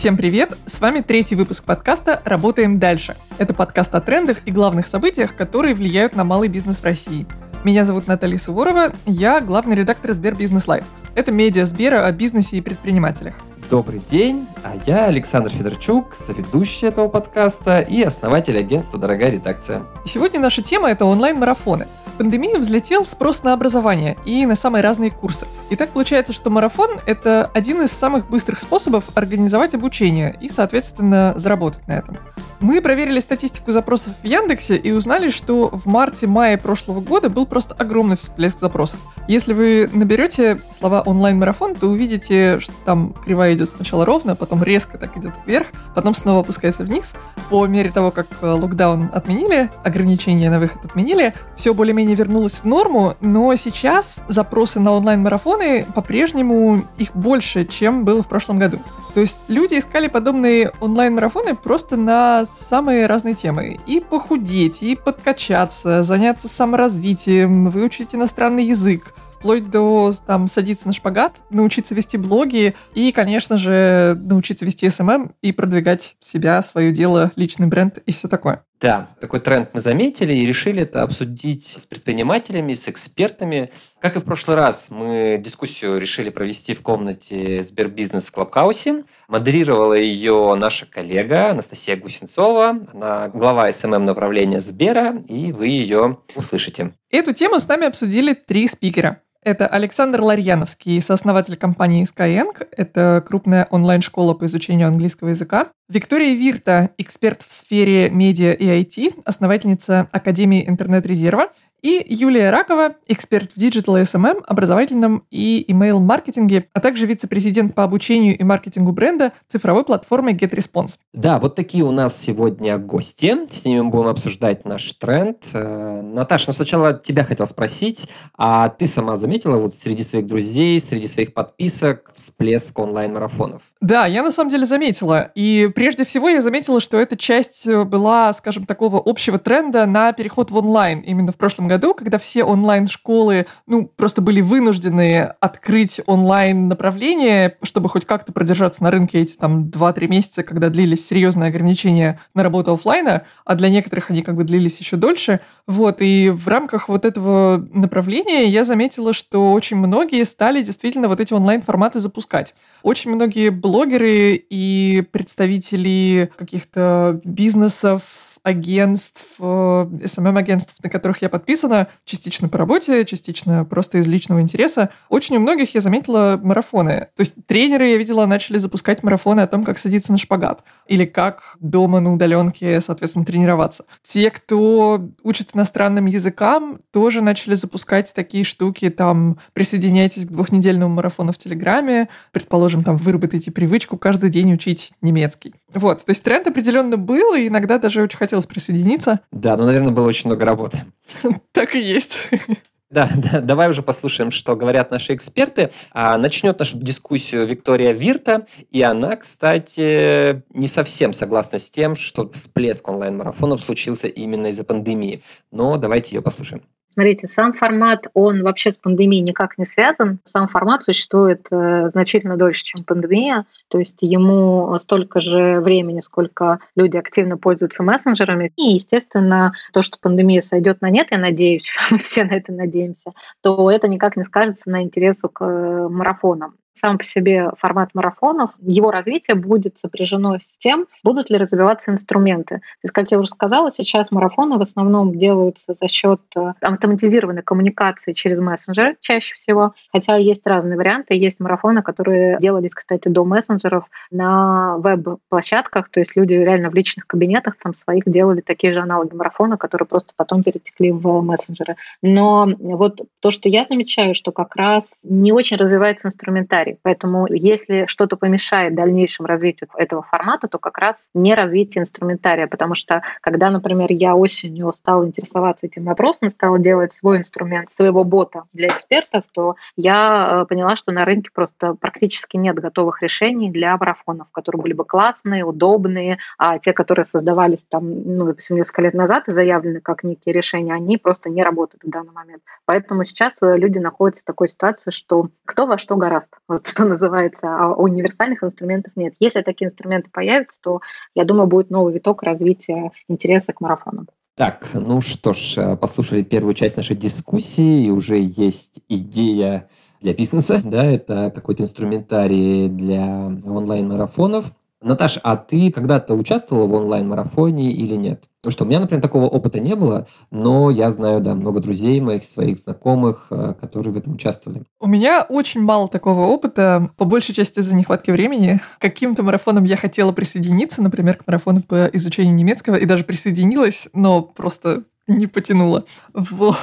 Всем привет! С вами третий выпуск подкаста «Работаем дальше». Это подкаст о трендах и главных событиях, которые влияют на малый бизнес в России. Меня зовут Наталья Суворова, я главный редактор Сбербизнес Лайф. Это медиа Сбера о бизнесе и предпринимателях. Добрый день, а я Александр Федорчук, соведущий этого подкаста и основатель агентства «Дорогая редакция». Сегодня наша тема – это онлайн-марафоны. В пандемию взлетел спрос на образование и на самые разные курсы. И так получается, что марафон – это один из самых быстрых способов организовать обучение и, соответственно, заработать на этом. Мы проверили статистику запросов в Яндексе и узнали, что в марте-мае прошлого года был просто огромный всплеск запросов. Если вы наберете слова «онлайн-марафон», то увидите, что там кривая идет сначала ровно, потом резко так идет вверх, потом снова опускается вниз. По мере того, как локдаун отменили, ограничения на выход отменили, все более-менее вернулось в норму, но сейчас запросы на онлайн-марафоны по-прежнему их больше, чем было в прошлом году. То есть люди искали подобные онлайн-марафоны просто на самые разные темы. И похудеть, и подкачаться, заняться саморазвитием, выучить иностранный язык, вплоть до садиться на шпагат, научиться вести блоги и, конечно же, научиться вести СММ и продвигать себя, свое дело, личный бренд и все такое. Да, такой тренд мы заметили и решили это обсудить с предпринимателями, с экспертами. Как и в прошлый раз, мы дискуссию решили провести в комнате Сбербизнес в Клабхаусе. Модерировала ее наша коллега Анастасия Гусенцова. Она глава СММ направления Сбера, и вы ее услышите. Эту тему с нами обсудили 3 спикера. Это Александр Ларьяновский, сооснователь компании Skyeng. Это крупная онлайн-школа по изучению английского языка. Виктория Вирта, эксперт в сфере медиа и IT, основательница Академии интернет-резерва. И Юлия Ракова, эксперт в Digital SMM, образовательном и email-маркетинге, а также вице-президент по обучению и маркетингу бренда цифровой платформы GetResponse. Да, вот такие у нас сегодня гости. С ними мы будем обсуждать наш тренд. Наташа, сначала тебя хотел спросить, а ты сама заметила вот среди своих друзей, среди своих подписок всплеск онлайн-марафонов? Да, я на самом деле заметила. И прежде всего я заметила, что эта часть была, скажем, такого общего тренда на переход в онлайн. Именно в прошлом году, когда все онлайн-школы, просто были вынуждены открыть онлайн-направление, чтобы хоть как-то продержаться на рынке эти 2-3 месяца, когда длились серьезные ограничения на работу офлайна, а для некоторых они длились еще дольше. И в рамках этого направления я заметила, что очень многие стали действительно эти онлайн-форматы запускать. Очень многие блогеры и представители каких-то бизнесов, агентств, SMM-агентств, на которых я подписана, частично по работе, частично просто из личного интереса. Очень у многих я заметила марафоны. То есть тренеры, я видела, начали запускать марафоны о том, как садиться на шпагат или как дома на удаленке, соответственно, тренироваться. Те, кто учат иностранным языкам, тоже начали запускать такие штуки, присоединяйтесь к 2-недельному марафону в Телеграме, предположим, выработайте привычку каждый день учить немецкий. То есть тренд определенно был, и иногда даже очень хотелось присоединиться. Да, наверное, было очень много работы. Так и есть. Да, давай уже послушаем, что говорят наши эксперты. Начнет нашу дискуссию Виктория Вирта, и она, кстати, не совсем согласна с тем, что всплеск онлайн-марафонов случился именно из-за пандемии. Но давайте ее послушаем. Смотрите, сам формат, он вообще с пандемией никак не связан. Сам формат существует значительно дольше, чем пандемия. То есть ему столько же времени, сколько люди активно пользуются мессенджерами. И, естественно, то, что пандемия сойдет на нет, я надеюсь, все на это надеемся, то это никак не скажется на интересу к марафонам. Сам по себе формат марафонов, его развитие будет сопряжено с тем, будут ли развиваться инструменты. То есть, как я уже сказала, сейчас марафоны в основном делаются за счет автоматизированной коммуникации через мессенджеры чаще всего, хотя есть разные варианты. Есть марафоны, которые делались, кстати, до мессенджеров на веб-площадках, то есть люди реально в личных кабинетах своих делали такие же аналоги марафона, которые просто потом перетекли в мессенджеры. Но то, что я замечаю, что как раз не очень развивается инструментарий. Поэтому если что-то помешает дальнейшему развитию этого формата, то как раз не развитие инструментария. Потому что когда, например, я осенью стала интересоваться этим вопросом, стала делать свой инструмент, своего бота для экспертов, то я поняла, что на рынке просто практически нет готовых решений для марафонов, которые были бы классные, удобные, а те, которые создавались допустим, несколько лет назад и заявлены как некие решения, они просто не работают в данный момент. Поэтому сейчас люди находятся в такой ситуации, что кто во что гораст. вот что называется, а универсальных инструментов нет. Если такие инструменты появятся, то, я думаю, будет новый виток развития интереса к марафонам. Так, ну что ж, послушали первую часть нашей дискуссии, и уже есть идея для бизнеса, да, это какой-то инструментарий для онлайн-марафонов. Наташ, а ты когда-то участвовала в онлайн-марафоне или нет? Потому что у меня, например, такого опыта не было, но я знаю, да, много друзей моих, своих знакомых, которые в этом участвовали. У меня очень мало такого опыта, по большей части из-за нехватки времени. К каким-то марафонам я хотела присоединиться, например, к марафону по изучению немецкого, и даже присоединилась, но просто не потянула. Вот.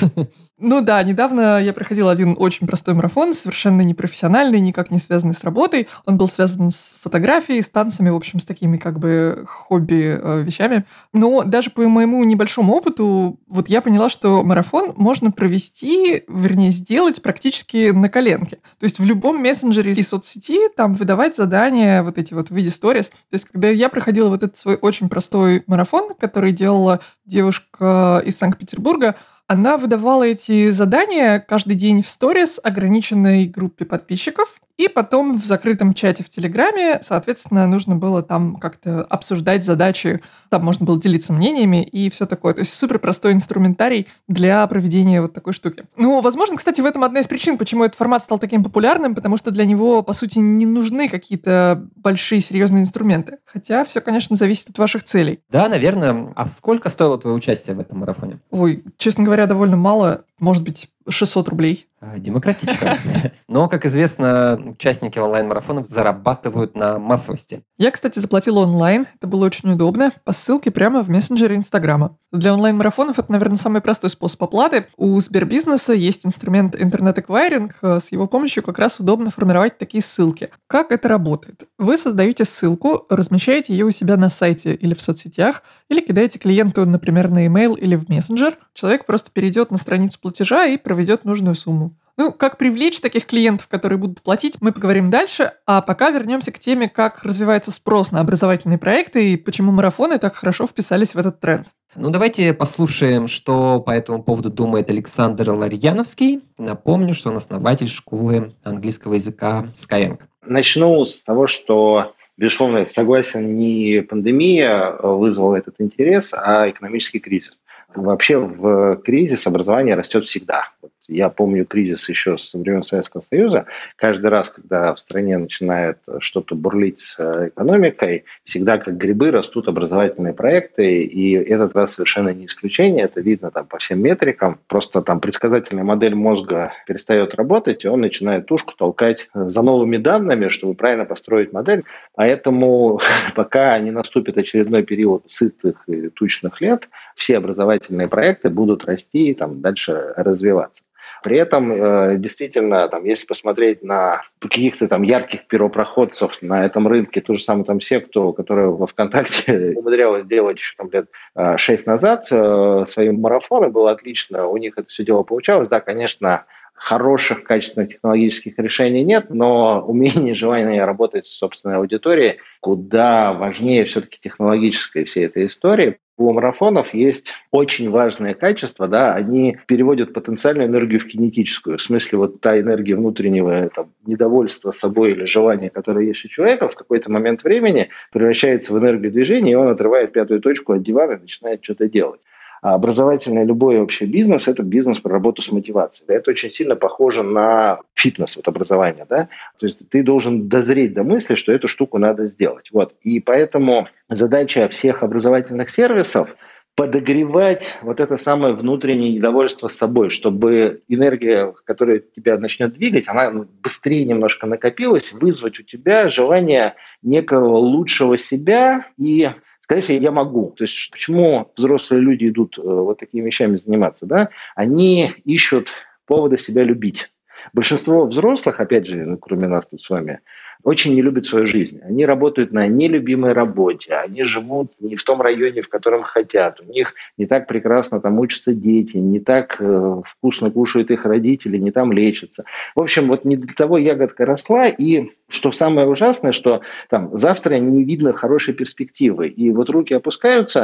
Ну да, недавно я проходила один очень простой марафон, совершенно непрофессиональный, никак не связанный с работой. Он был связан с фотографией, с танцами, в общем, с такими как бы хобби вещами. Но даже по моему небольшому опыту, вот я поняла, что марафон можно провести, вернее, сделать практически на коленке. То есть в любом мессенджере и соцсети там выдавать задания вот эти вот в виде сторис. То есть когда я проходила вот этот свой очень простой марафон, который делала девушка из Санкт-Петербурга, она выдавала эти задания каждый день в сторис ограниченной группе подписчиков, и потом в закрытом чате в Телеграме, соответственно, нужно было там как-то обсуждать задачи, там можно было делиться мнениями и все такое. То есть супер простой инструментарий для проведения вот такой штуки. Ну, возможно, кстати, в этом одна из причин, почему этот формат стал таким популярным, потому что для него, по сути, не нужны какие-то большие серьезные инструменты. Хотя все, конечно, зависит от ваших целей. Да, наверное. А сколько стоило твое участие в этом марафоне? Ой, честно говоря, довольно мало. Может быть, 600 рублей. Демократично. Но, как известно, участники онлайн-марафонов зарабатывают на массовости. Я, кстати, заплатила онлайн. Это было очень удобно. По ссылке прямо в мессенджере Инстаграма. Для онлайн-марафонов это, наверное, самый простой способ оплаты. У Сбербизнеса есть инструмент интернет-эквайринг. С его помощью как раз удобно формировать такие ссылки. Как это работает? Вы создаете ссылку, размещаете ее у себя на сайте или в соцсетях, или кидаете клиенту, например, на e-mail или в мессенджер. Человек просто перейдет на страницу платежа и проведет нужную сумму. Ну, как привлечь таких клиентов, которые будут платить, мы поговорим дальше. А пока вернемся к теме, как развивается спрос на образовательные проекты и почему марафоны так хорошо вписались в этот тренд. Ну, давайте послушаем, что по этому поводу думает Александр Ларьяновский. Напомню, что он основатель школы английского языка Skyeng. Начну с того, что, безусловно, согласен, не пандемия вызвала этот интерес, а экономический кризис. Вообще в кризис образование растет всегда. Я помню кризис еще со времен Советского Союза. Каждый раз, когда в стране начинает что-то бурлить с экономикой, всегда как грибы растут образовательные проекты, и этот раз совершенно не исключение. Это видно там по всем метрикам. Просто там предсказательная модель мозга перестает работать, и он начинает тушку толкать за новыми данными, чтобы правильно построить модель. Поэтому пока не наступит очередной период сытых и тучных лет, все образовательные проекты будут расти и там дальше развиваться. При этом, действительно, там, если посмотреть на каких-то там ярких первопроходцев на этом рынке, то же самое там секту, которая во ВКонтакте умудрялась делать еще там лет 6 назад свои марафоны, было отлично, у них это все дело получалось. Да, конечно, хороших, качественных технологических решений нет, но умение и желание работать с собственной аудиторией куда важнее все-таки технологической всей этой истории. У марафонов есть очень важное качество, да, они переводят потенциальную энергию в кинетическую. В смысле, вот та энергия внутреннего там, недовольства собой или желания, которое есть у человека, в какой-то момент времени превращается в энергию движения, и он отрывает пятую точку от дивана и начинает что-то делать. А образовательный любой вообще бизнес – это бизнес про работу с мотивацией. Это очень сильно похоже на фитнес, вот образование. Да? То есть ты должен дозреть до мысли, что эту штуку надо сделать. Вот. И поэтому задача всех образовательных сервисов – подогревать вот это самое внутреннее недовольство собой, чтобы энергия, которая тебя начнет двигать, она быстрее немножко накопилась, вызвать у тебя желание некого лучшего себя и сказать себе, я могу. То есть почему взрослые люди идут вот такими вещами заниматься? Да? Они ищут повода себя любить. Большинство взрослых, опять же, кроме нас тут с вами, очень не любят свою жизнь. Они работают на нелюбимой работе, они живут не в том районе, в котором хотят. У них не так прекрасно там учатся дети, не так вкусно кушают их родители, не там лечатся. В общем, вот не для того ягодка росла, и что самое ужасное, что там завтра не видно хорошей перспективы. И вот руки опускаются,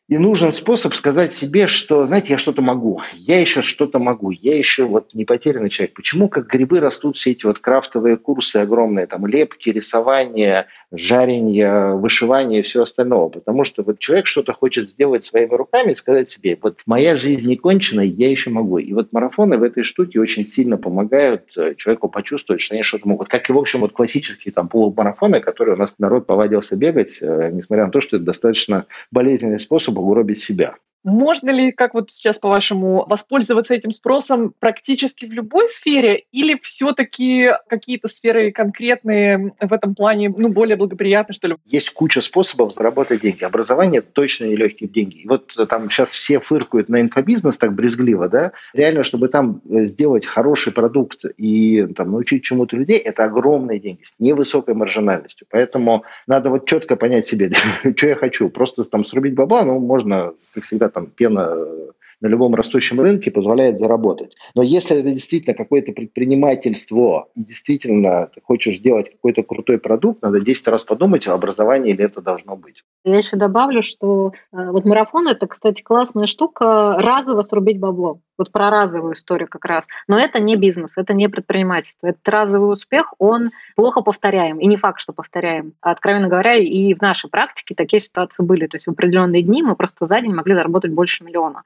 И нужен способ сказать себе, что, знаете, я что-то могу, я еще что-то могу, я еще вот не потерянный человек. Почему как грибы растут все эти вот крафтовые курсы огромные, там лепки, рисование, жаренье, вышивание и все остальное? Потому что вот человек что-то хочет сделать своими руками и сказать себе, вот моя жизнь не кончена, я еще могу. И вот марафоны в этой штуке очень сильно помогают человеку почувствовать, что они что-то могут. Как и, в общем, вот классические там полумарафоны, которые у нас народ повадился бегать, несмотря на то, что это достаточно болезненный способ угробить себя. Можно ли, как вот сейчас, по-вашему, воспользоваться этим спросом практически в любой сфере, или все-таки какие-то сферы конкретные в этом плане, более благоприятны, что ли? Есть куча способов заработать деньги. Образование точно не легкие деньги. И вот там сейчас все фыркают на инфобизнес так брезгливо, да? Реально, чтобы там сделать хороший продукт и там научить чему-то людей, это огромные деньги с невысокой маржинальностью. Поэтому надо вот четко понять себе, что я хочу. Просто там срубить бабла, можно, как всегда, там пена на любом растущем рынке позволяет заработать. Но если это действительно какое-то предпринимательство, и действительно ты хочешь делать какой-то крутой продукт, надо 10 раз подумать, в образовании ли это должно быть. Я еще добавлю, что вот марафон – это, кстати, классная штука разово срубить бабло. Вот про разовую историю как раз. Но это не бизнес, это не предпринимательство. Этот разовый успех, он плохо повторяем. И не факт, что повторяем. А, откровенно говоря, и в нашей практике такие ситуации были. То есть в определенные дни мы просто за день могли заработать больше миллиона.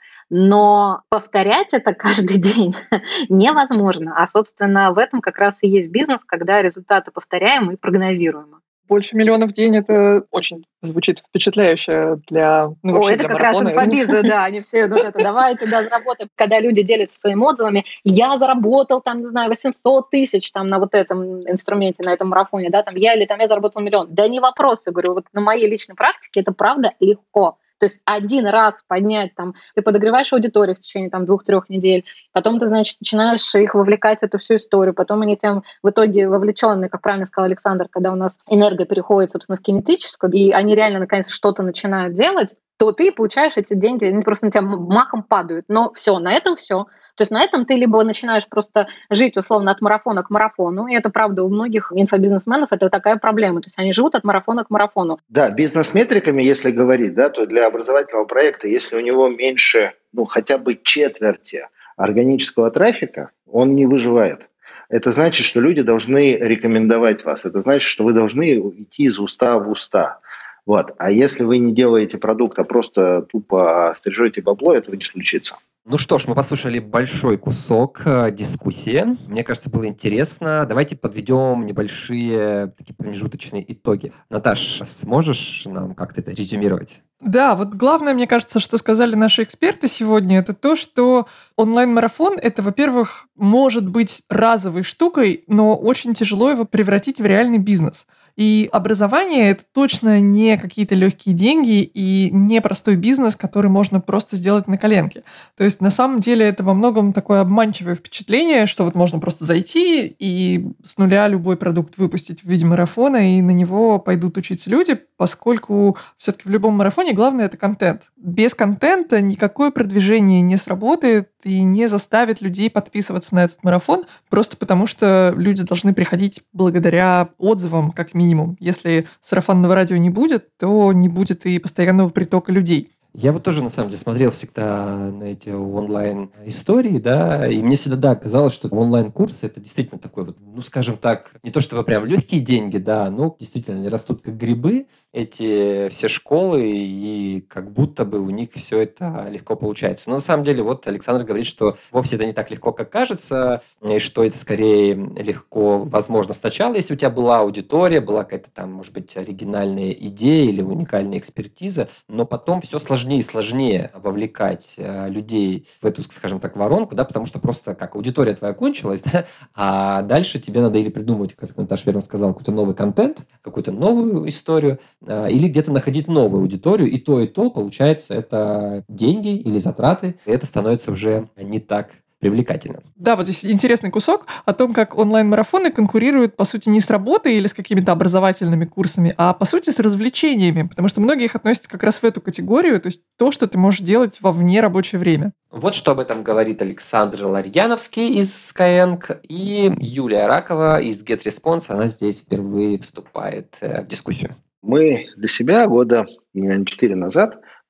Но повторять это каждый день невозможно. А, собственно, в этом как раз и есть бизнес, когда результаты повторяемы и прогнозируемы. Больше миллиона в день — это очень звучит впечатляюще для это для как раз марафона. инфобизы, да, они все давайте, заработаем. Когда люди делятся своими отзывами, я заработал, там, не знаю, 800 тысяч там на вот этом инструменте, на этом марафоне, да, там я заработал миллион. Да не вопрос, я говорю, вот на моей личной практике это правда легко. То есть один раз поднять, ты подогреваешь аудиторию в течение 2-3 недель, потом ты, начинаешь их вовлекать в эту всю историю, потом они тем в итоге вовлеченные, как правильно сказал Александр, когда у нас энергия переходит, собственно, в кинетическую, и они реально наконец что-то начинают делать, то ты получаешь эти деньги, они просто на тебя махом падают. Но все, на этом все. То есть на этом ты либо начинаешь просто жить условно от марафона к марафону, и это правда у многих инфобизнесменов это такая проблема, то есть они живут от марафона к марафону. Да, бизнес-метриками, если говорить, да, то для образовательного проекта, если у него меньше, хотя бы четверти органического трафика, он не выживает. Это значит, что люди должны рекомендовать вас, это значит, что вы должны идти из уста в уста. Вот. А если вы не делаете продукт, а просто тупо стрижете бабло, этого не случится. Ну что ж, мы послушали большой кусок дискуссии. Мне кажется, было интересно. Давайте подведем небольшие такие промежуточные итоги. Наташ, сможешь нам как-то это резюмировать? Да, вот главное, мне кажется, что сказали наши эксперты сегодня, это то, что онлайн-марафон — это, во-первых, может быть разовой штукой, но очень тяжело его превратить в реальный бизнес. И образование — это точно не какие-то легкие деньги и не простой бизнес, который можно просто сделать на коленке. То есть, на самом деле, это во многом такое обманчивое впечатление, что вот можно просто зайти и с нуля любой продукт выпустить в виде марафона, и на него пойдут учиться люди, поскольку все-таки в любом марафоне главное — это контент. Без контента никакое продвижение не сработает и не заставит людей подписываться на этот марафон, просто потому что люди должны приходить благодаря отзывам, как минимум. Если сарафанного радио не будет, то не будет и постоянного притока людей. Я вот тоже, на самом деле, смотрел всегда на эти онлайн-истории, да, и мне всегда, казалось, что онлайн-курсы — это действительно такой вот, скажем так, не то чтобы прям легкие деньги, да, но действительно они растут как грибы, эти все школы, и как будто бы у них все это легко получается. Но на самом деле вот Александр говорит, что вовсе это не так легко, как кажется, и что это скорее легко, возможно, сначала, если у тебя была аудитория, была какая-то там, может быть, оригинальная идея или уникальная экспертиза, но потом все сложнее и сложнее вовлекать людей в эту, скажем так, воронку, да, потому что просто как аудитория твоя кончилась, да, а дальше тебе надо или придумывать, как Наташа верно сказала, какой-то новый контент, какую-то новую историю, или где-то находить новую аудиторию, и то, получается, это деньги или затраты, и это становится уже не так привлекательно. Да, вот здесь интересный кусок о том, как онлайн-марафоны конкурируют, по сути, не с работой или с какими-то образовательными курсами, а, по сути, с развлечениями, потому что многие их относят как раз в эту категорию, то есть то, что ты можешь делать во внерабочее время. Вот что об этом говорит Александр Ларьяновский из Skyeng и Юлия Ракова из GetResponse. Она здесь впервые вступает в дискуссию. Мы для себя года 4 назад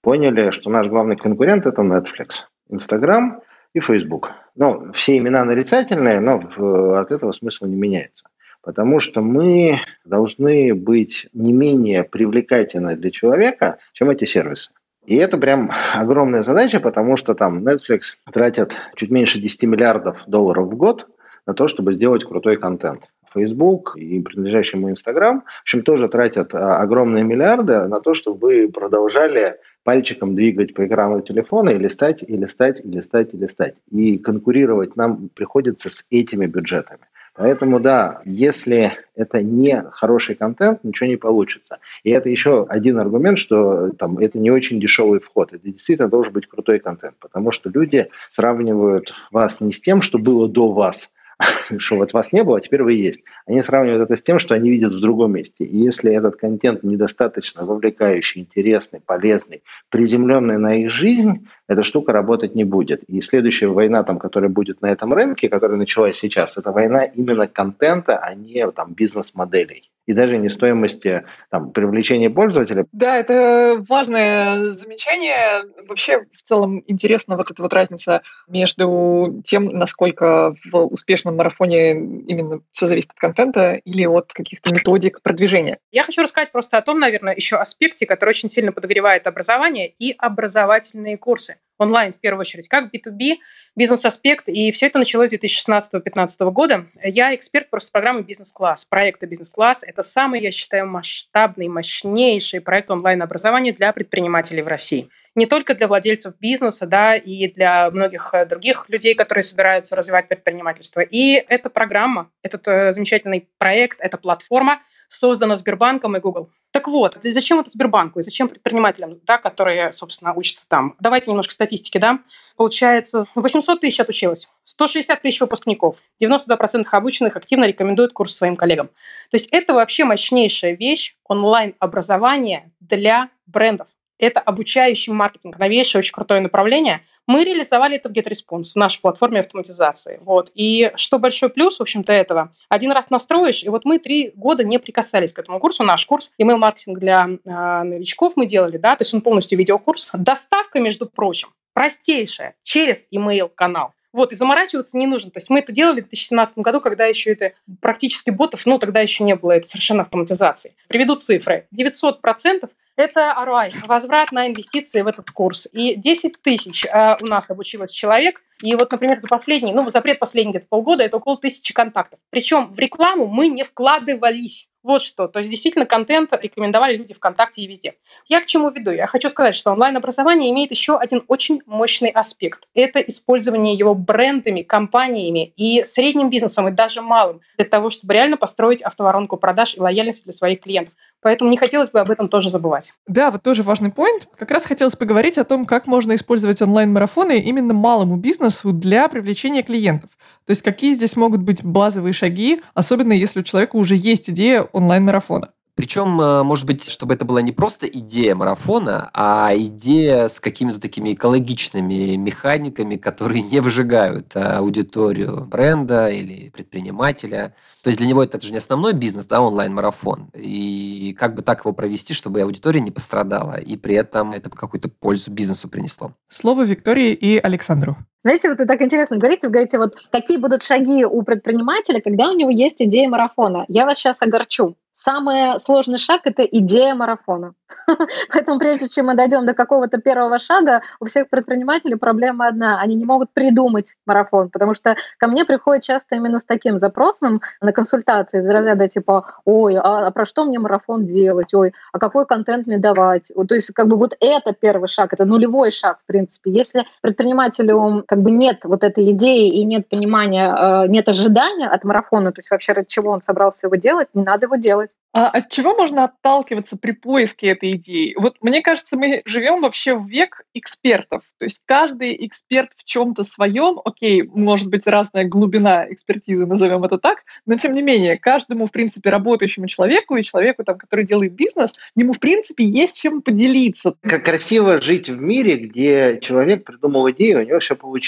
поняли, что наш главный конкурент – это Netflix, Instagram и Facebook. Ну, все имена нарицательные, но от этого смысл не меняется. Потому что мы должны быть не менее привлекательны для человека, чем эти сервисы. И это прям огромная задача, потому что там Netflix тратит чуть меньше 10 миллиардов долларов в год на то, чтобы сделать крутой контент. Facebook и принадлежащий ему Instagram, в общем, тоже тратят огромные миллиарды на то, чтобы вы продолжали пальчиком двигать по экрану телефона и листать, и листать, и листать, и листать. И конкурировать нам приходится с этими бюджетами. Поэтому, да, если это не хороший контент, ничего не получится. И это еще один аргумент, что там, это не очень дешевый вход. Это действительно должен быть крутой контент, потому что люди сравнивают вас не с тем, что было до вас, что вот вас не было, а теперь вы есть. Они сравнивают это с тем, что они видят в другом месте. И если этот контент недостаточно вовлекающий, интересный, полезный, приземленный на их жизнь, эта штука работать не будет. И следующая война, там, которая будет на этом рынке, которая началась сейчас, это война именно контента, а не там, бизнес-моделей. И даже не стоимости там, привлечения пользователя. Да, это важное замечание. Вообще, в целом, интересна вот эта вот разница между тем, насколько в успешном марафоне именно все зависит от контента или от каких-то методик продвижения. Я хочу рассказать просто о том, наверное, еще аспекте, который очень сильно подогревает образование и образовательные курсы. Онлайн, в первую очередь, как B2B, бизнес-аспект. И все это началось с 2016-2015 года. Я эксперт просто программы «Бизнес-класс», проекта «Бизнес-класс». Это самый, я считаю, масштабный, мощнейший проект онлайн-образования для предпринимателей в России. Не только для владельцев бизнеса, да, и для многих других людей, которые собираются развивать предпринимательство. И эта программа, этот замечательный проект, эта платформа создана Сбербанком и Google. Так вот, зачем это Сбербанку и зачем предпринимателям, да, которые, собственно, учатся там? Давайте немножко статистики, да. Получается, 800 тысяч отучилось, 160 тысяч выпускников, 92% обученных активно рекомендуют курс своим коллегам. То есть это вообще мощнейшая вещь, онлайн-образование для брендов. Это обучающий маркетинг, новейшее, очень крутое направление. Мы реализовали это в GetResponse, в нашей платформе автоматизации. Вот. И что большой плюс, в общем-то, этого? Один раз настроишь, и вот мы 3 года не прикасались к этому курсу. Наш курс email-маркетинг для новичков мы делали, да, то есть он полностью видеокурс. Доставка, между прочим, простейшая, через email-канал. Вот, и заморачиваться не нужно. То есть мы это делали в 2017 году, когда еще это практически ботов, тогда еще не было, это совершенно автоматизации. Приведу цифры. 900% это ROI, возврат на инвестиции в этот курс. И 10 тысяч у нас обучилось человек. И вот, например, за предпоследние где-то полгода это около 1000 контактов. Причем в рекламу мы не вкладывались. Вот что. То есть действительно контент рекомендовали люди ВКонтакте и везде. Я к чему веду? Я хочу сказать, что онлайн-образование имеет еще один очень мощный аспект. Это использование его брендами, компаниями и средним бизнесом, и даже малым, для того, чтобы реально построить автоворонку продаж и лояльности для своих клиентов. Поэтому не хотелось бы об этом тоже забывать. Да, вот тоже важный поинт. Как раз хотелось поговорить о том, как можно использовать онлайн-марафоны именно малому бизнесу для привлечения клиентов. То есть какие здесь могут быть базовые шаги, особенно если у человека уже есть идея онлайн-марафона. Причем, может быть, чтобы это была не просто идея марафона, а идея с какими-то такими экологичными механиками, которые не выжигают аудиторию бренда или предпринимателя. То есть для него это же не основной бизнес, да, онлайн-марафон. И как бы так его провести, чтобы аудитория не пострадала, и при этом это какую-то пользу бизнесу принесло. Слово Виктории и Александру. Знаете, вот вы так интересно говорите, вы говорите, вот какие будут шаги у предпринимателя, когда у него есть идея марафона. Я вас сейчас огорчу. Самый сложный шаг – это идея марафона. Поэтому прежде чем мы дойдем до какого-то первого шага, у всех предпринимателей проблема одна – они не могут придумать марафон, потому что ко мне приходят часто именно с таким запросом на консультации из разряда типа «Ой, а про что мне марафон делать? Ой, а какой контент мне давать?» То есть как бы вот это первый шаг, это нулевой шаг, в принципе. Если предпринимателю как бы нет вот этой идеи и нет понимания, нет ожидания от марафона, то есть вообще ради чего он собрался его делать, не надо его делать. А от чего можно отталкиваться при поиске этой идеи? Вот мне кажется, мы живем вообще в век экспертов. То есть каждый эксперт в чем-то своем, окей, может быть разная глубина экспертизы, назовем это так, но тем не менее, каждому, в принципе, работающему человеку и человеку, там, который делает бизнес, ему, в принципе, есть чем поделиться. Как красиво жить в мире, где человек придумал идею, у него все получилось.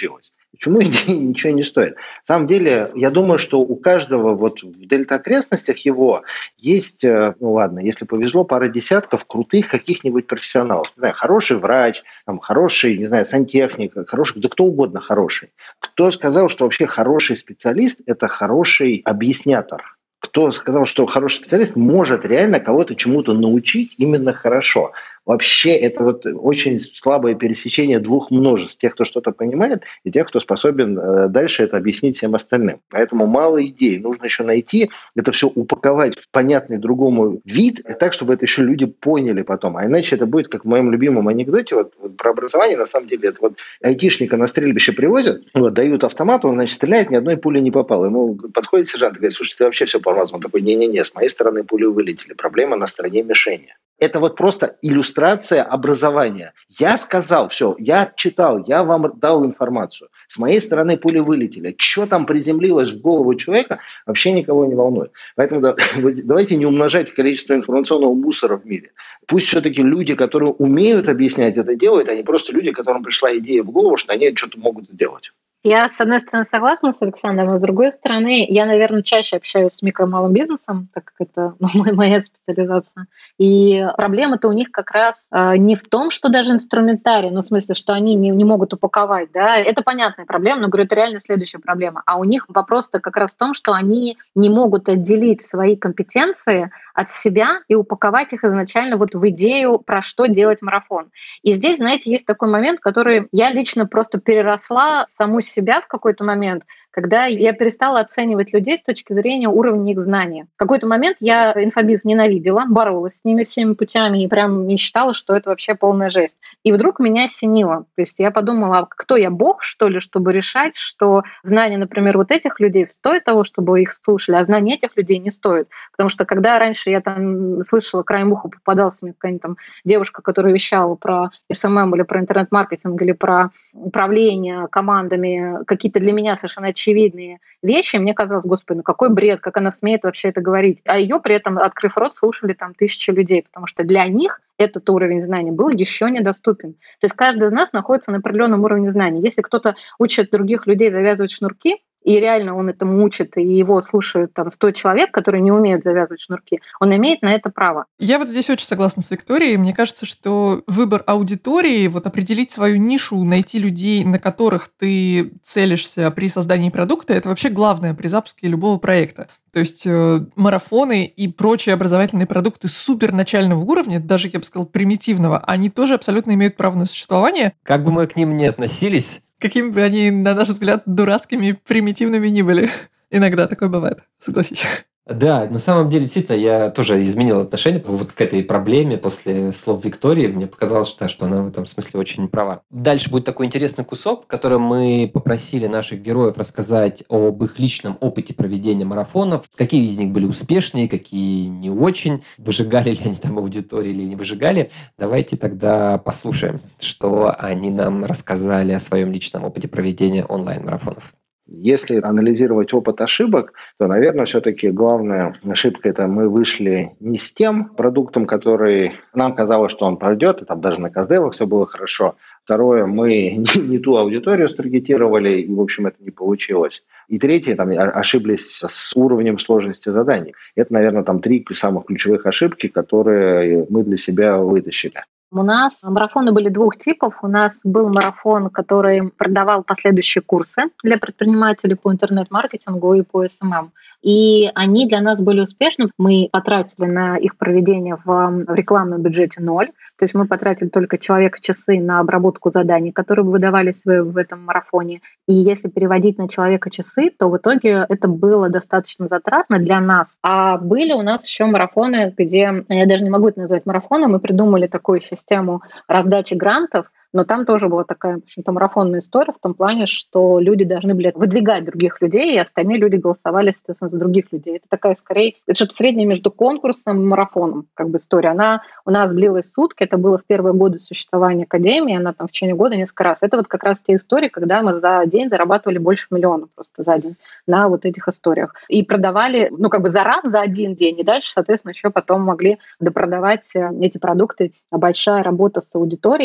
Почему идея ничего не стоит? На самом деле, я думаю, что у каждого вот в дельта-окрестностях его есть, ну ладно, если повезло, пара десятков крутых каких-нибудь профессионалов. Не знаю, хороший врач, там, хороший, не знаю, сантехник, хороший, да кто угодно хороший. Кто сказал, что вообще хороший специалист – это хороший объяснятор? Кто сказал, что хороший специалист может реально кого-то чему-то научить именно хорошо? Вообще это вот очень слабое пересечение двух множеств. Тех, кто что-то понимает, и тех, кто способен дальше это объяснить всем остальным. Поэтому мало идей. Нужно еще найти, это все упаковать в понятный другому вид, и так, чтобы это еще люди поняли потом. А иначе это будет, как в моем любимом анекдоте вот про образование, на самом деле, это вот айтишника на стрельбище привозят, вот, дают автомат, он, значит, стреляет, ни одной пули не попало. Ему подходит сержант и говорит: слушай, ты вообще все порвал. Он такой: не-не-не, с моей стороны пули вылетели. Проблема на стороне мишени. Это вот просто иллюстрация образования. Я сказал, все, я читал, я вам дал информацию. С моей стороны пули вылетели. Что там приземлилось в голову человека, вообще никого не волнует. Поэтому давайте не умножать количество информационного мусора в мире. Пусть все-таки люди, которые умеют объяснять, это делают, а не просто люди, которым пришла идея в голову, что они что-то могут сделать. Я, с одной стороны, согласна с Александром, а с другой стороны, я, наверное, чаще общаюсь с микро-малым бизнесом, так как это моя специализация. И проблема-то у них как раз не в том, что даже инструментарий, ну, в смысле, что они не могут упаковать, да, это понятная проблема, но, говорю, это реально следующая проблема. А у них вопрос-то как раз в том, что они не могут отделить свои компетенции от себя и упаковать их изначально вот в идею, про что делать марафон. И здесь, знаете, есть такой момент, который я лично просто переросла саму себя в какой-то момент, когда я перестала оценивать людей с точки зрения уровня их знаний. В какой-то момент я инфобиз ненавидела, боролась с ними всеми путями и прям мечтала, что это вообще полная жесть. И вдруг меня осенило. То есть я подумала: а кто я, бог, что ли, чтобы решать, что знания, например, вот этих людей стоит того, чтобы их слушали, а знания этих людей не стоит. Потому что когда раньше я там слышала, краем уха попадалась мне какая-нибудь там девушка, которая вещала про СММ или про интернет-маркетинг или про управление командами, какие-то для меня совершенно очевидные вещи, мне казалось: господи, ну какой бред, как она смеет вообще это говорить. А ее при этом, открыв рот, слушали там тысячи людей, потому что для них этот уровень знаний был еще недоступен. То есть каждый из нас находится на определенном уровне знаний. Если кто-то учит других людей завязывать шнурки, и реально он этому учит, и его слушают там 100 человек, которые не умеют завязывать шнурки, он имеет на это право. Я вот здесь очень согласна с Викторией. Мне кажется, что выбор аудитории, вот определить свою нишу, найти людей, на которых ты целишься при создании продукта, это вообще главное при запуске любого проекта. То есть марафоны и прочие образовательные продукты суперначального уровня, даже, я бы сказала, примитивного, они тоже абсолютно имеют право на существование. Как бы мы к ним ни относились, какими бы они, на наш взгляд, дурацкими, примитивными ни были. Иногда такое бывает, согласись. Да, на самом деле, действительно, я тоже изменил отношение вот к этой проблеме после слов Виктории. Мне показалось, что она в этом смысле очень права. Дальше будет такой интересный кусок, в котором мы попросили наших героев рассказать об их личном опыте проведения марафонов, какие из них были успешные, какие не очень, выжигали ли они там аудитории или не выжигали. Давайте тогда послушаем, что они нам рассказали о своем личном опыте проведения онлайн-марафонов. Если анализировать опыт ошибок, то, наверное, все-таки главная ошибка – это мы вышли не с тем продуктом, который нам казалось, что он пройдет, и там даже на Каздевах все было хорошо. Второе, мы не ту аудиторию старгетировали, и, в общем, это не получилось. И третье, там, ошиблись с уровнем сложности заданий. Это, наверное, там 3 самых ключевых ошибки, которые мы для себя вытащили. У нас марафоны были 2 типов. У нас был марафон, который продавал последующие курсы для предпринимателей по интернет-маркетингу и по СММ. И они для нас были успешны. Мы потратили на их проведение в рекламном бюджете 0. То есть мы потратили только человека-часы на обработку заданий, которые выдавались в этом марафоне. И если переводить на человека-часы, то в итоге это было достаточно затратно для нас. А были у нас еще марафоны, где, я даже не могу это назвать марафоном, мы придумали такую систему раздачи грантов, но там тоже была такая, в общем-то, марафонная история в том плане, что люди должны были выдвигать других людей, и остальные люди голосовали, соответственно, за других людей. Это такая, скорее, это что-то среднее между конкурсом и марафоном, как бы история. Она у нас длилась сутки, это было в первые годы существования Академии, она там в течение года несколько раз. Это вот как раз те истории, когда мы за день зарабатывали больше миллиона просто за день на вот этих историях. И продавали, ну, как бы за раз, за один день, и дальше, соответственно, еще потом могли допродавать эти продукты. Большая работа с аудиторией.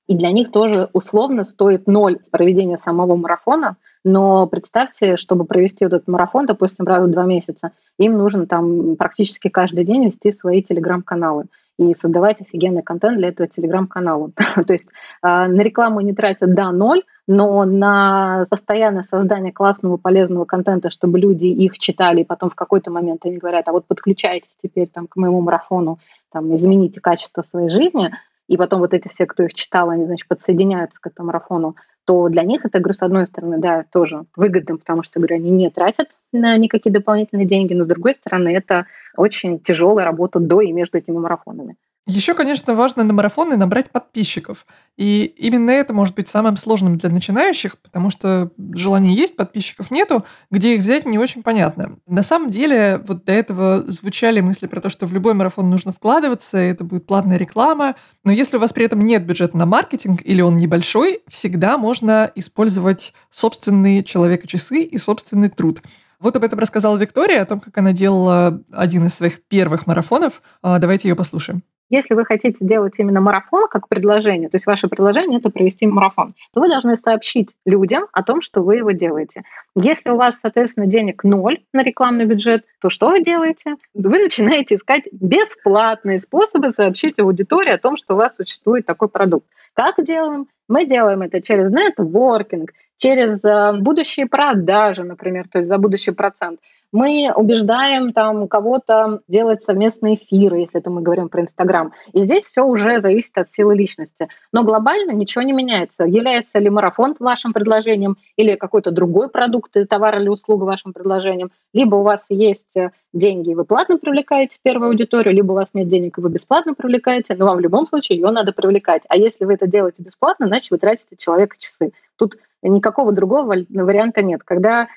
И для них тоже условно стоит 0 проведения самого марафона, но представьте, чтобы провести вот этот марафон, допустим, раз в 2 месяца, им нужно там практически каждый день вести свои телеграм-каналы и создавать офигенный контент для этого телеграм-канала. То есть на рекламу не тратят, да, 0, но на постоянное создание классного, полезного контента, чтобы люди их читали, и потом в какой-то момент они говорят, а вот подключайтесь теперь там, к моему марафону, там, измените качество своей жизни, и потом вот эти все, кто их читал, они, значит, подсоединяются к этому марафону, то для них это, говорю, с одной стороны, да, тоже выгодно, потому что, говорю, они не тратят на никакие дополнительные деньги, но с другой стороны, это очень тяжелая работа до и между этими марафонами. Еще, конечно, важно на марафоны набрать подписчиков. И именно это может быть самым сложным для начинающих, потому что желания есть, подписчиков нету, где их взять не очень понятно. На самом деле, вот до этого звучали мысли про то, что в любой марафон нужно вкладываться, это будет платная реклама. Но если у вас при этом нет бюджета на маркетинг или он небольшой, всегда можно использовать собственные человека-часы и собственный труд. Вот об этом рассказала Виктория, о том, как она делала один из своих первых марафонов. Давайте ее послушаем. Если вы хотите делать именно марафон как предложение, то есть ваше предложение — это провести марафон, то вы должны сообщить людям о том, что вы его делаете. Если у вас, соответственно, денег 0 на рекламный бюджет, то что вы делаете? Вы начинаете искать бесплатные способы сообщить аудитории о том, что у вас существует такой продукт. Как делаем? Мы делаем это через нетворкинг, через будущие продажи, например, то есть за будущий процент. Мы убеждаем там кого-то делать совместные эфиры, если это мы говорим про Инстаграм. И здесь все уже зависит от силы личности. Но глобально ничего не меняется. Является ли марафон вашим предложением или какой-то другой продукт, товар или услуга вашим предложением. Либо у вас есть деньги, и вы платно привлекаете первую аудиторию, либо у вас нет денег, и вы бесплатно привлекаете, но вам в любом случае ее надо привлекать. А если вы это делаете бесплатно, значит вы тратите человека часы. Тут никакого другого варианта нет. Когда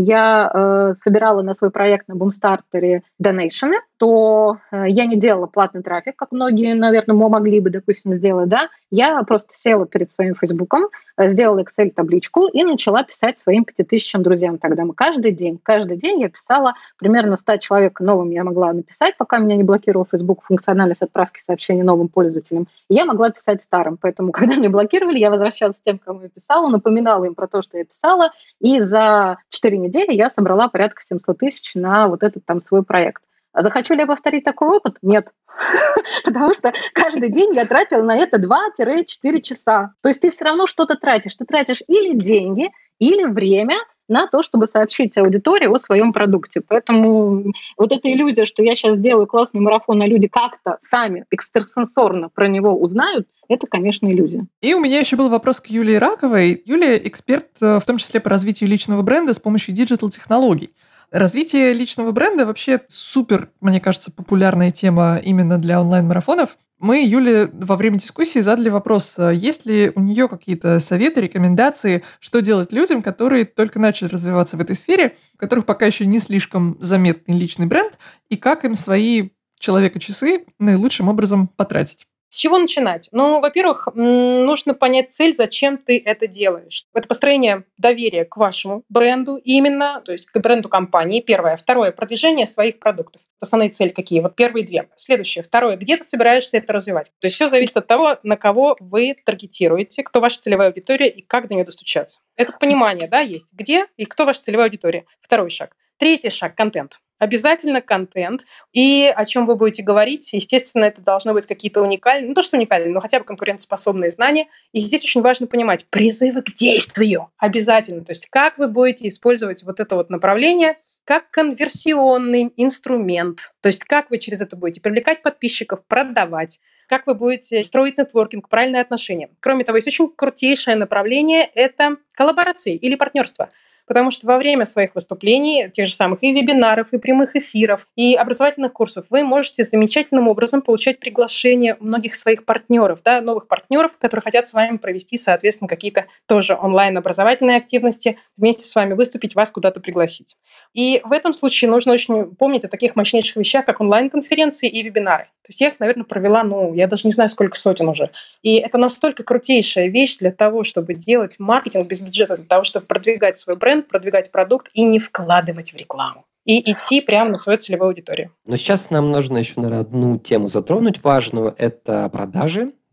я собирала на свой проект на Бумстартере донейшены, то я не делала платный трафик, как многие, наверное, могли бы, допустим, сделать, да. Я просто села перед своим Фейсбуком, сделала Excel-табличку и начала писать своим 5000 друзьям. Тогда мы каждый день я писала примерно 100 человек новым я могла написать, пока меня не блокировал Facebook функциональность отправки сообщений новым пользователям. И я могла писать старым. Поэтому, когда меня блокировали, я возвращалась к тем, кому я писала, напоминала им про то, что я писала, и за 4 недели я собрала порядка 700 тысяч на вот этот там свой проект. А захочу ли я повторить такой опыт? Нет. Потому что каждый день я тратила на это 2-4 часа. То есть ты все равно что-то тратишь. Ты тратишь или деньги, или время на то, чтобы сообщить аудитории о своем продукте. Поэтому вот эта иллюзия, что я сейчас делаю классный марафон, а люди как-то сами экстрасенсорно про него узнают, это, конечно, иллюзия. И у меня еще был вопрос к Юлии Раковой. Юлия — эксперт в том числе по развитию личного бренда с помощью диджитал-технологий. Развитие личного бренда вообще супер, мне кажется, популярная тема именно для онлайн-марафонов. Мы Юле во время дискуссии задали вопрос, есть ли у нее какие-то советы, рекомендации, что делать людям, которые только начали развиваться в этой сфере, у которых пока еще не слишком заметный личный бренд, и как им свои человека-часы наилучшим образом потратить. С чего начинать? Ну, во-первых, нужно понять цель, зачем ты это делаешь. Это построение доверия к вашему бренду именно, то есть к бренду компании, первое. Второе, продвижение своих продуктов. Основные цели какие? Вот первые две. Следующее. Второе, где ты собираешься это развивать? То есть все зависит от того, на кого вы таргетируете, кто ваша целевая аудитория и как до нее достучаться. Это понимание, да, есть. Где и кто ваша целевая аудитория. Второй шаг. Третий шаг – контент. Обязательно контент. И о чем вы будете говорить, естественно, это должны быть какие-то уникальные, не то что уникальные, но хотя бы конкурентоспособные знания. И здесь очень важно понимать призывы к действию. Обязательно. То есть как вы будете использовать вот это вот направление как конверсионный инструмент. То есть как вы через это будете привлекать подписчиков, продавать, как вы будете строить нетворкинг, правильные отношения. Кроме того, есть очень крутейшее направление – это коллаборации или партнерство. Потому что во время своих выступлений, тех же самых и вебинаров, и прямых эфиров, и образовательных курсов, вы можете замечательным образом получать приглашение многих своих партнеров, да, новых партнеров, которые хотят с вами провести, соответственно, какие-то тоже онлайн-образовательные активности, вместе с вами выступить, вас куда-то пригласить. И в этом случае нужно очень помнить о таких мощнейших вещах, как онлайн-конференции и вебинары. То есть я их, наверное, провела, я даже не знаю, сколько сотен уже. И это настолько крутейшая вещь для того, чтобы делать маркетинг без бюджета, для того, чтобы продвигать свой бренд, продвигать продукт и не вкладывать в рекламу. И идти прямо на свою целевую аудиторию. Но сейчас нам нужно еще, наверное, одну тему затронуть важную. Это продажи.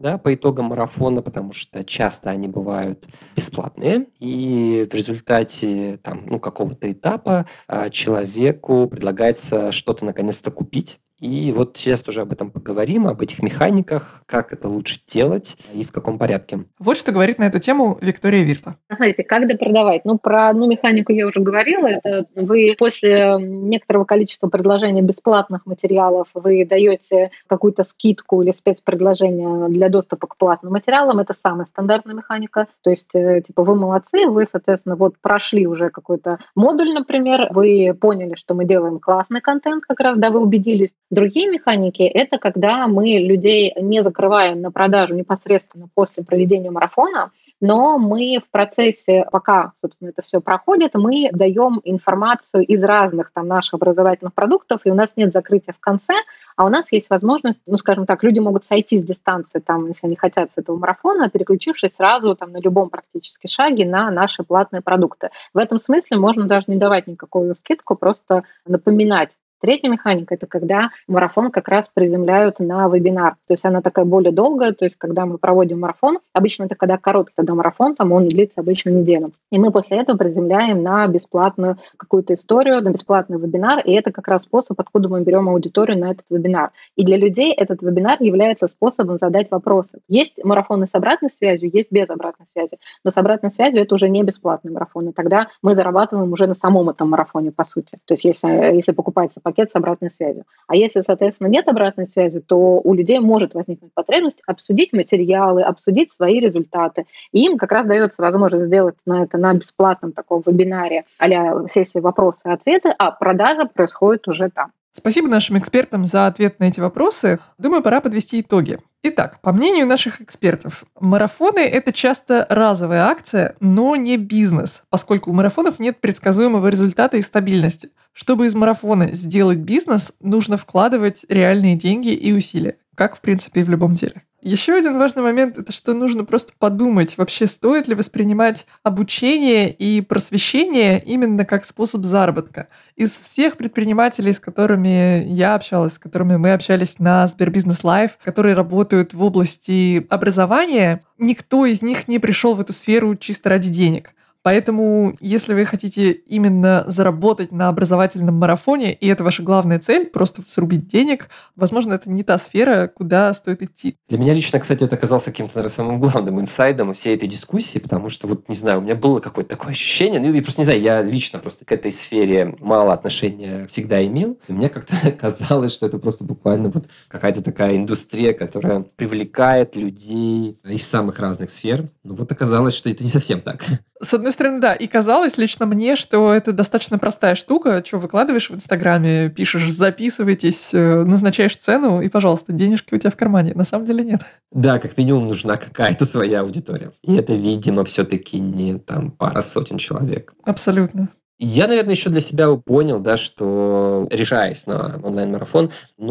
да, по итогам марафона, потому что часто они бывают бесплатные, и в результате какого-то этапа человеку предлагается что-то наконец-то купить. И вот сейчас тоже об этом поговорим, об этих механиках, как это лучше делать и в каком порядке. Вот что говорит на эту тему Виктория Вирта. Смотрите, как допродавать? Про одну механику я уже говорила. Это вы после некоторого количества предложений бесплатных материалов вы даете какую-то скидку или спецпредложение для доступа к платным материалам. Это самая стандартная механика. То есть, вы молодцы, вы, соответственно, прошли уже какой-то модуль, например, вы поняли, что мы делаем классный контент как раз, да, вы убедились. Другие механики — это когда мы людей не закрываем на продажу непосредственно после проведения марафона, но мы в процессе, пока, собственно, это все проходит, мы даем информацию из разных наших образовательных продуктов, и у нас нет закрытия в конце, а у нас есть возможность, люди могут сойти с дистанции, если они хотят с этого марафона, переключившись сразу на любом практически шаге на наши платные продукты. В этом смысле можно даже не давать никакую скидку, просто напоминать. Третья механика — это когда марафон как раз приземляют на вебинар. То есть она такая более долгая, то есть когда мы проводим марафон, обычно это когда короткий, тогда марафон, он длится обычно неделю. И мы после этого приземляем на бесплатную какую-то историю, на бесплатный вебинар, и это как раз способ, откуда мы берем аудиторию на этот вебинар. И для людей этот вебинар является способом задать вопросы. Есть марафоны с обратной связью, есть без обратной связи, но с обратной связью это уже не бесплатный марафон, и тогда мы зарабатываем уже на самом этом марафоне, по сути. То есть если покупается пакет с обратной связью. А если, соответственно, нет обратной связи, то у людей может возникнуть потребность обсудить материалы, обсудить свои результаты. И им как раз дается возможность сделать это на бесплатном таком вебинаре а-ля сессии вопросы и ответы, а продажа происходит уже там. Спасибо нашим экспертам за ответ на эти вопросы. Думаю, пора подвести итоги. Итак, по мнению наших экспертов, марафоны – это часто разовая акция, но не бизнес, поскольку у марафонов нет предсказуемого результата и стабильности. Чтобы из марафона сделать бизнес, нужно вкладывать реальные деньги и усилия, как, в принципе, и в любом деле. Еще один важный момент – это что нужно просто подумать, вообще стоит ли воспринимать обучение и просвещение именно как способ заработка. Из всех предпринимателей, с которыми я общалась, с которыми мы общались на Сбербизнес Лайв, которые работают в области образования, никто из них не пришел в эту сферу чисто ради денег. Поэтому, если вы хотите именно заработать на образовательном марафоне, и это ваша главная цель, просто срубить денег, возможно, это не та сфера, куда стоит идти. Для меня лично, кстати, это оказалось каким-то, наверное, самым главным инсайдом всей этой дискуссии, потому что, не знаю, у меня было какое-то такое ощущение, я просто не знаю, я лично просто к этой сфере мало отношения всегда имел, и мне как-то казалось, что это просто буквально какая-то такая индустрия, которая привлекает людей из самых разных сфер. Но оказалось, что это не совсем так. С одной стороны, да, и казалось лично мне, что это достаточно простая штука, что выкладываешь в Инстаграме, пишешь, записывайтесь, назначаешь цену, и, пожалуйста, денежки у тебя в кармане. На самом деле нет. Да, как минимум нужна какая-то своя аудитория. И это, видимо, все-таки не пара сотен человек. Абсолютно. Я, наверное, еще для себя понял, что, решаясь на онлайн-марафон,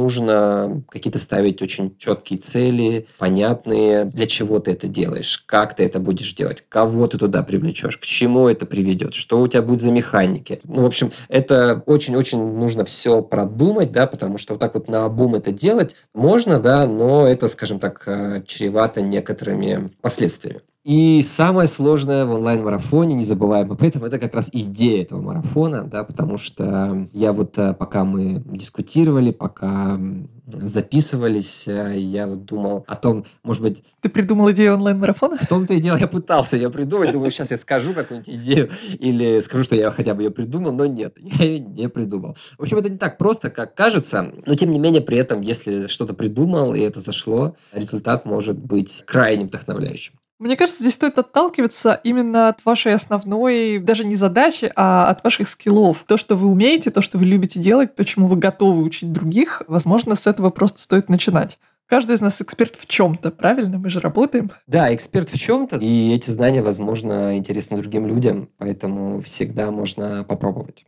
нужно какие-то ставить очень четкие цели, понятные, для чего ты это делаешь, как ты это будешь делать, кого ты туда привлечешь, к чему это приведет, что у тебя будет за механики. В общем, это очень-очень нужно все продумать, потому что так наобум это делать можно, но это, скажем так, чревато некоторыми последствиями. И самое сложное в онлайн-марафоне, не забываем об этом, это как раз идея этого марафона, потому что я пока мы дискутировали, пока записывались, я думал о том, может быть... Ты придумал идею онлайн-марафона? В том-то и дело, я пытался ее придумать, думаю, сейчас я скажу какую-нибудь идею или скажу, что я хотя бы ее придумал, но нет, я ее не придумал. В общем, это не так просто, как кажется, но тем не менее при этом, если что-то придумал и это зашло, результат может быть крайне вдохновляющим. Мне кажется, здесь стоит отталкиваться именно от вашей основной, даже не задачи, а от ваших скиллов. То, что вы умеете, то, что вы любите делать, то, чему вы готовы учить других, возможно, с этого просто стоит начинать. Каждый из нас эксперт в чем-то, правильно? Мы же работаем. Да, эксперт в чем-то, и эти знания, возможно, интересны другим людям, поэтому всегда можно попробовать.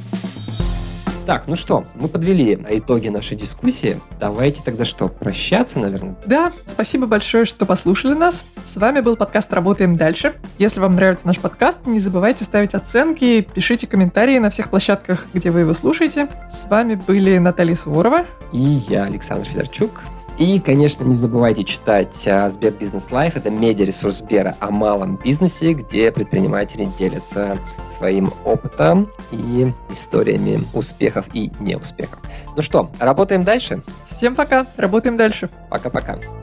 Так, что, мы подвели итоги нашей дискуссии. Давайте тогда прощаться, наверное? Да, спасибо большое, что послушали нас. С вами был подкаст «Работаем дальше». Если вам нравится наш подкаст, не забывайте ставить оценки, пишите комментарии на всех площадках, где вы его слушаете. С вами были Наталья Суворова и я, Александр Федорчук. И, конечно, не забывайте читать Сбербизнес Лайф. Это медиаресурс Сбера о малом бизнесе, где предприниматели делятся своим опытом и историями успехов и неуспехов. Ну что, работаем дальше? Всем пока, работаем дальше. Пока-пока.